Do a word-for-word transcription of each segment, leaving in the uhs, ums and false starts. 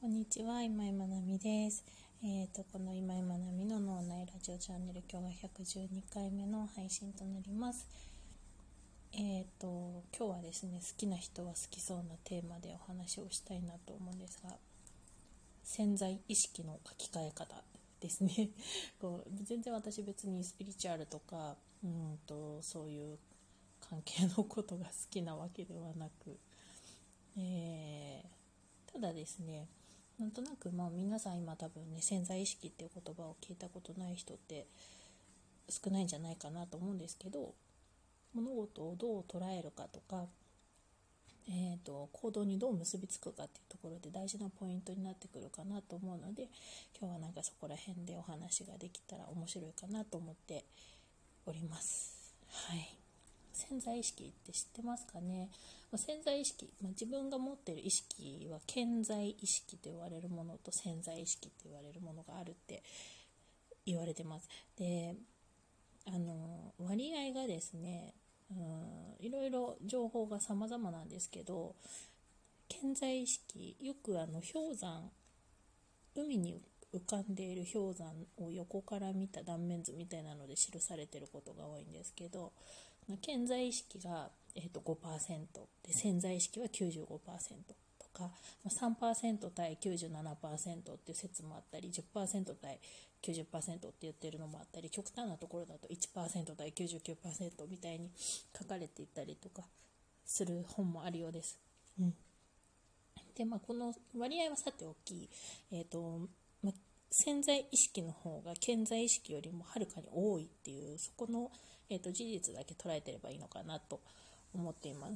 こんにちは、今井まなみです。えーと、この今井まなみの脳内ラジオチャンネル、今日はひゃくじゅうにかいめの配信となります。えーと、今日はですね、好きな人は好きそうなテーマでお話をしたいなと思うんですが、潜在意識の書き換え方ですね。こう全然私別にスピリチュアルとかうんとそういう関係のことが好きなわけではなく、えー、ただですね、なんとなくまあ皆さん今多分ね、潜在意識っていう言葉を聞いたことない人って少ないんじゃないかなと思うんですけど、物事をどう捉えるかとか、えーと、行動にどう結びつくかっていうところで大事なポイントになってくるかなと思うので、今日はなんかそこら辺でお話ができたら面白いかなと思っております。はい。潜在意識って知ってますかね。潜在意識、まあ、自分が持っている意識は顕在意識と言われるものと潜在意識と言われるものがあるって言われてます。で、あの割合がですね、うん、いろいろ情報が様々なんですけど、顕在意識、よくあの氷山、海に浮かんでいる氷山を横から見た断面図みたいなので記されていることが多いんですけど、顕在意識が、えー、と ごパーセント で、潜在意識は きゅうじゅうごパーセント とか、さんパーセント 対 きゅうじゅうななパーセント っていう説もあったり、 じゅっパーセント 対 きゅうじゅっパーセント って言ってるのもあったり、極端なところだと いちパーセント 対 きゅうじゅうきゅうパーセント みたいに書かれていたりとかする本もあるようです。うんでまあ、この割合はさておき、えーとまあ、潜在意識の方が顕在意識よりもはるかに多いっていう、そこの、えーと事実だけ捉えてればいいのかなと思っています。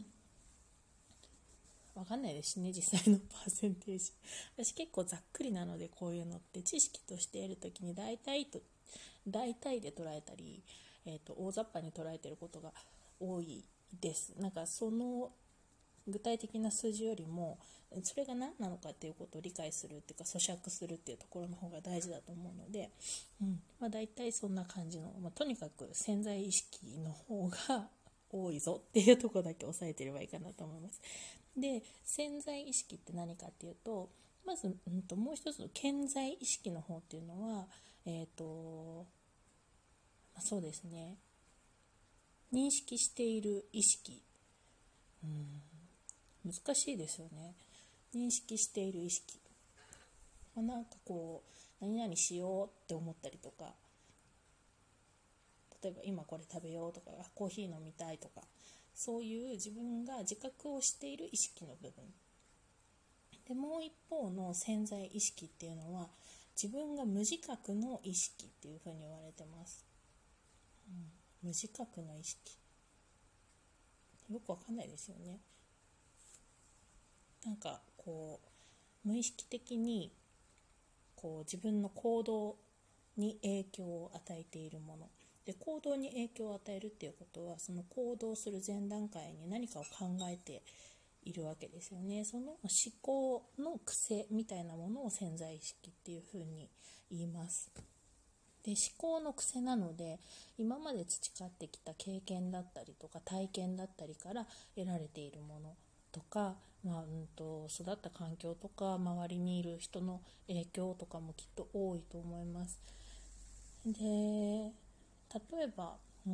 わかんないですしね、実際のパーセンテージ。私結構ざっくりなので、こういうのって知識として得るときに大体と大体で捉えたり、えーと大雑把に捉えていることが多いです。なんかその具体的な数字よりも、それが何なのかっていうことを理解するっていうか、咀嚼するっていうところの方が大事だと思うので、うんまあ、大体そんな感じの、まあ、とにかく潜在意識の方が多いぞっていうところだけ押さえてればいいかなと思います。で、潜在意識って何かっていうと、まず、うん、ともう一つの顕在意識の方っていうのは、えっ、ー、と、まあ、そうですね、認識している意識、うん、難しいですよね。認識している意識、まあ、なんかこう何々しようって思ったりとか、例えば今これ食べようとか、コーヒー飲みたいとか、そういう自分が自覚をしている意識の部分で、もう一方の潜在意識っていうのは自分が無自覚の意識っていうふうに言われてます。うん、無自覚の意識、よくわかんないですよね。なんかこう無意識的にこう自分の行動に影響を与えているもので、行動に影響を与えるっていうことは、その行動する前段階に何かを考えているわけですよね。その思考の癖みたいなものを潜在意識っていうふうに言います。で、思考の癖なので、今まで培ってきた経験だったりとか体験だったりから得られているものとか、まあうん、と育った環境とか周りにいる人の影響とかもきっと多いと思います。で、例えば、うん、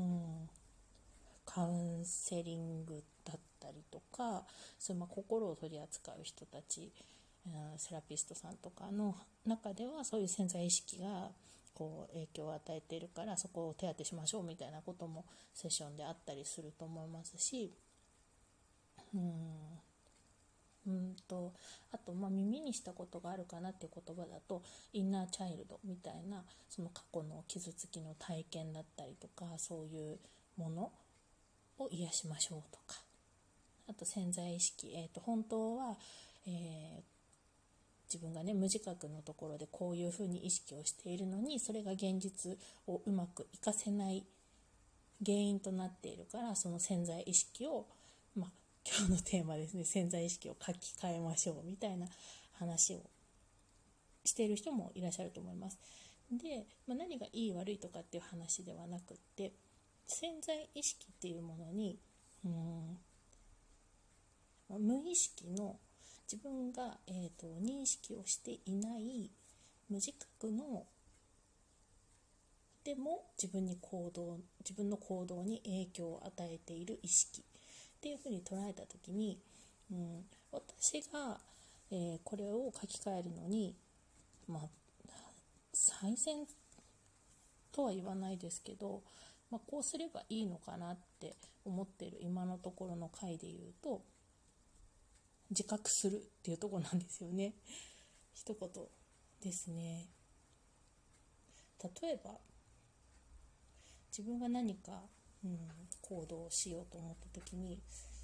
カウンセリングだったりとか、それまあ心を取り扱う人たち、うん、セラピストさんとかの中ではそういう潜在意識がこう影響を与えているから、そこを手当てしましょうみたいなこともセッションであったりすると思いますし、うんうんとあと、まあ、耳にしたことがあるかなっていう言葉だと、インナーチャイルドみたいな、その過去の傷つきの体験だったりとか、そういうものを癒しましょうとか、あと潜在意識、えー、と本当は、えー、自分がね、無自覚のところでこういうふうに意識をしているのに、それが現実をうまく活かせない原因となっているから、その潜在意識を、まあ、今日のテーマですね、潜在意識を書き換えましょうみたいな話をしている人もいらっしゃると思います。で、まあ、何がいい悪いとかっていう話ではなくって、潜在意識っていうものに、うん無意識の自分が、えーと、認識をしていない無自覚のでも自分に行動自分の行動に影響を与えている意識っていうふうに捉えたときに、うん、私が、えー、これを書き換えるのに、まあ、最善とは言わないですけど、まあ、こうすればいいのかなって思っている今のところの回で言うと、自覚するっていうところなんですよね。一言ですね。例えば自分が何か、うん、行動をしようと思った時に、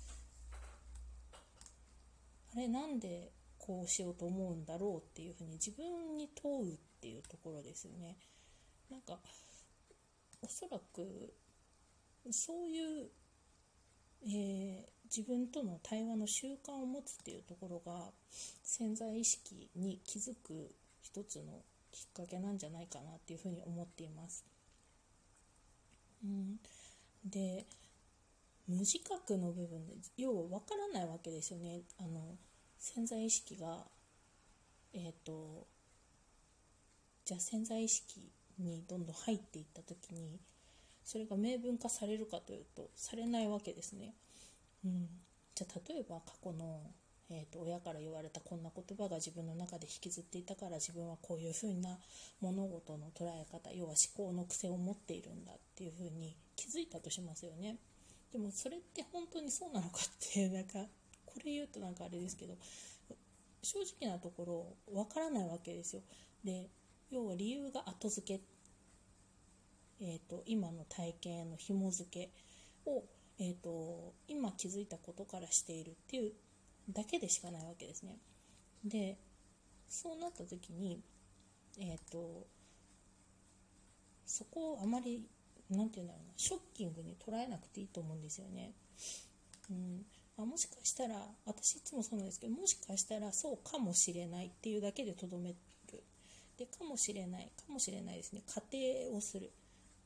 あれなんでこうしようと思うんだろうっていうふうに自分に問うっていうところですよね。なんかおそらくそういう、えー、自分との対話の習慣を持つっていうところが潜在意識に気づく一つのきっかけなんじゃないかなっていうふうに思っています。うん、で無自覚の部分で要は分からないわけですよね。あの潜在意識がえっ、ー、とじゃあ潜在意識にどんどん入っていった時にそれが明文化されるかというとされないわけですね。うん、じゃあ例えば過去の、えーと、親から言われたこんな言葉が自分の中で引きずっていたから自分はこういうふうな物事の捉え方、要は思考の癖を持っているんだっていうふうに気づいたとしますよね。でもそれって本当にそうなのかってなんかこれ言うとなんかあれですけど、正直なところわからないわけですよ。で要は理由が後付け、えーと、今の体験への紐付けを、えーと、今気づいたことからしているっていうだけでしかないわけですね。でそうなった時に、えーと、そこをあまりなんていうんだろうな、ショッキングに捉えなくていいと思うんですよね。うんあもしかしたら私いつもそうなんですけど、もしかしたらそうかもしれないっていうだけでとどめる。でかもしれないかもしれないですね、仮定をする。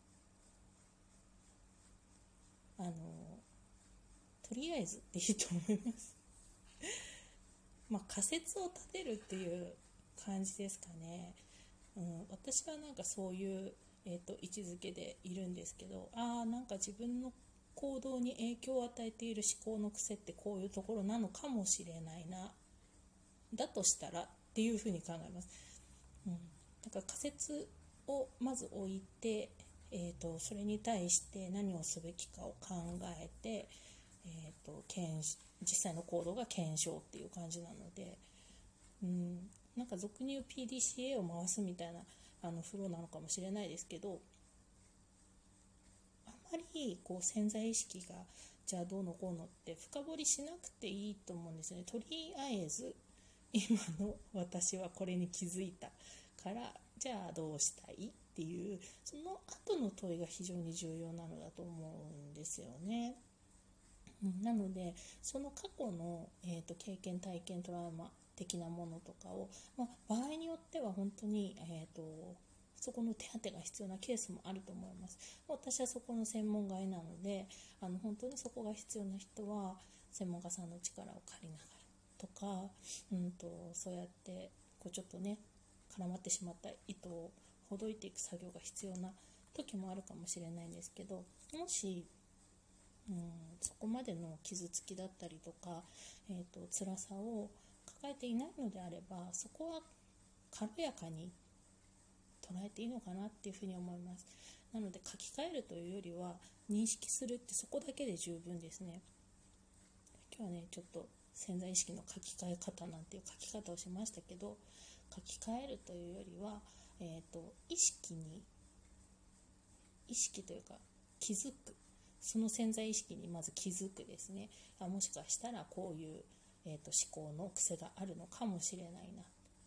あのとりあえずでいいと思いますまあ仮説を立てるっていう感じですかね。うん、私はなんかそういう、えーと、位置づけでいるんですけど、ああなんか自分の行動に影響を与えている思考の癖ってこういうところなのかもしれないな、だとしたらっていうふうに考えます。うん、だから仮説をまず置いて、えーと、それに対して何をすべきかを考えて、えーと、検実際の行動が検証っていう感じなので、うん、なんか俗に言う ピーディーシーエー を回すみたいなあのフローなのかもしれないですけど、あまりこう潜在意識がじゃあどうのこうのって深掘りしなくていいと思うんですね。とりあえず今の私はこれに気づいたからじゃあどうしたいっていうその後の問いが非常に重要なのだと思うんですよね。なのでその過去の、えーと、経験体験トラウマ的なものとかを、まあ、場合によっては本当に、えーと、そこの手当てが必要なケースもあると思います。私はそこの専門外なので、あの本当にそこが必要な人は専門家さんの力を借りながらとか、うんと、そうやってこうちょっとね絡まってしまった糸をほどいていく作業が必要な時もあるかもしれないんですけど、もしうん、そこまでの傷つきだったりとか、えーと、辛さを抱えていないのであれば、そこは軽やかに捉えていいのかなっていうふうに思います。なので書き換えるというよりは認識するってそこだけで十分ですね。今日はねちょっと潜在意識の書き換え方なんていう書き方をしましたけど、書き換えるというよりは、えーと、意識に意識というか気づく、その潜在意識にまず気づくですね。あもしかしたらこういう、えーと、思考の癖があるのかもしれないな、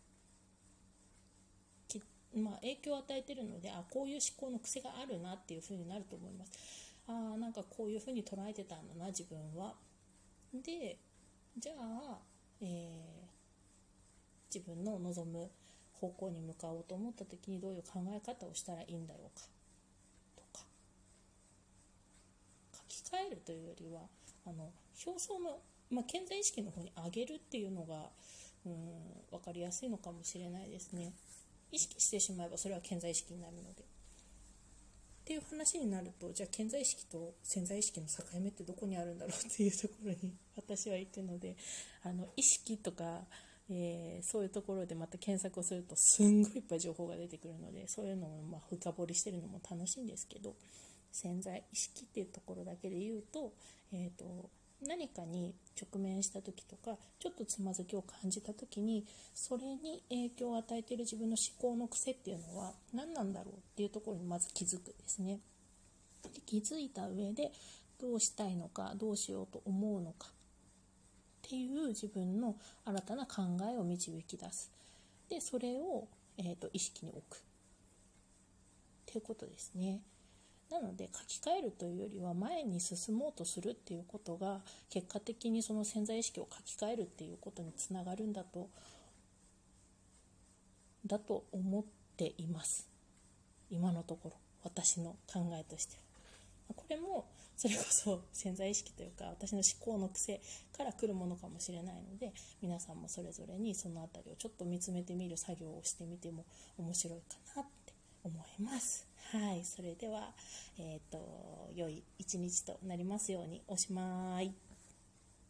き、まあ、影響を与えているので、あこういう思考の癖があるなっていうふうになると思います。あなんかこういうふうに捉えてたんだな自分は。でじゃあ、えー、自分の望む方向に向かおうと思った時にどういう考え方をしたらいいんだろうかとか、書き換えるというよりはあの表層のまあ、潜在意識の方に上げるっていうのがうん分かりやすいのかもしれないですね。意識してしまえばそれは潜在意識になるのでっていう話になると、じゃあ潜在意識と潜在意識の境目ってどこにあるんだろうっていうところに私は行くので、あの意識とか、えー、そういうところでまた検索をするとすんごいいっぱい情報が出てくるので、そういうのをまあ深掘りしてるのも楽しいんですけど、潜在意識っていうところだけで言うと、えーと何かに直面した時とかちょっとつまずきを感じた時に、それに影響を与えている自分の思考の癖っていうのは何なんだろうっていうところにまず気づくですね。で気づいた上でどうしたいのか、どうしようと思うのかっていう自分の新たな考えを導き出す。でそれを、えーと意識に置くっていうことですね。なので書き換えるというよりは前に進もうとするっていうことが結果的にその潜在意識を書き換えるっていうことにつながるんだとだと思っています。今のところ私の考えとしてはこれもそれこそ潜在意識というか私の思考の癖から来るものかもしれないので、皆さんもそれぞれにそのあたりをちょっと見つめてみる作業をしてみても面白いかなって思います。はい、それでは、えーと、良い一日となりますように。おしまい。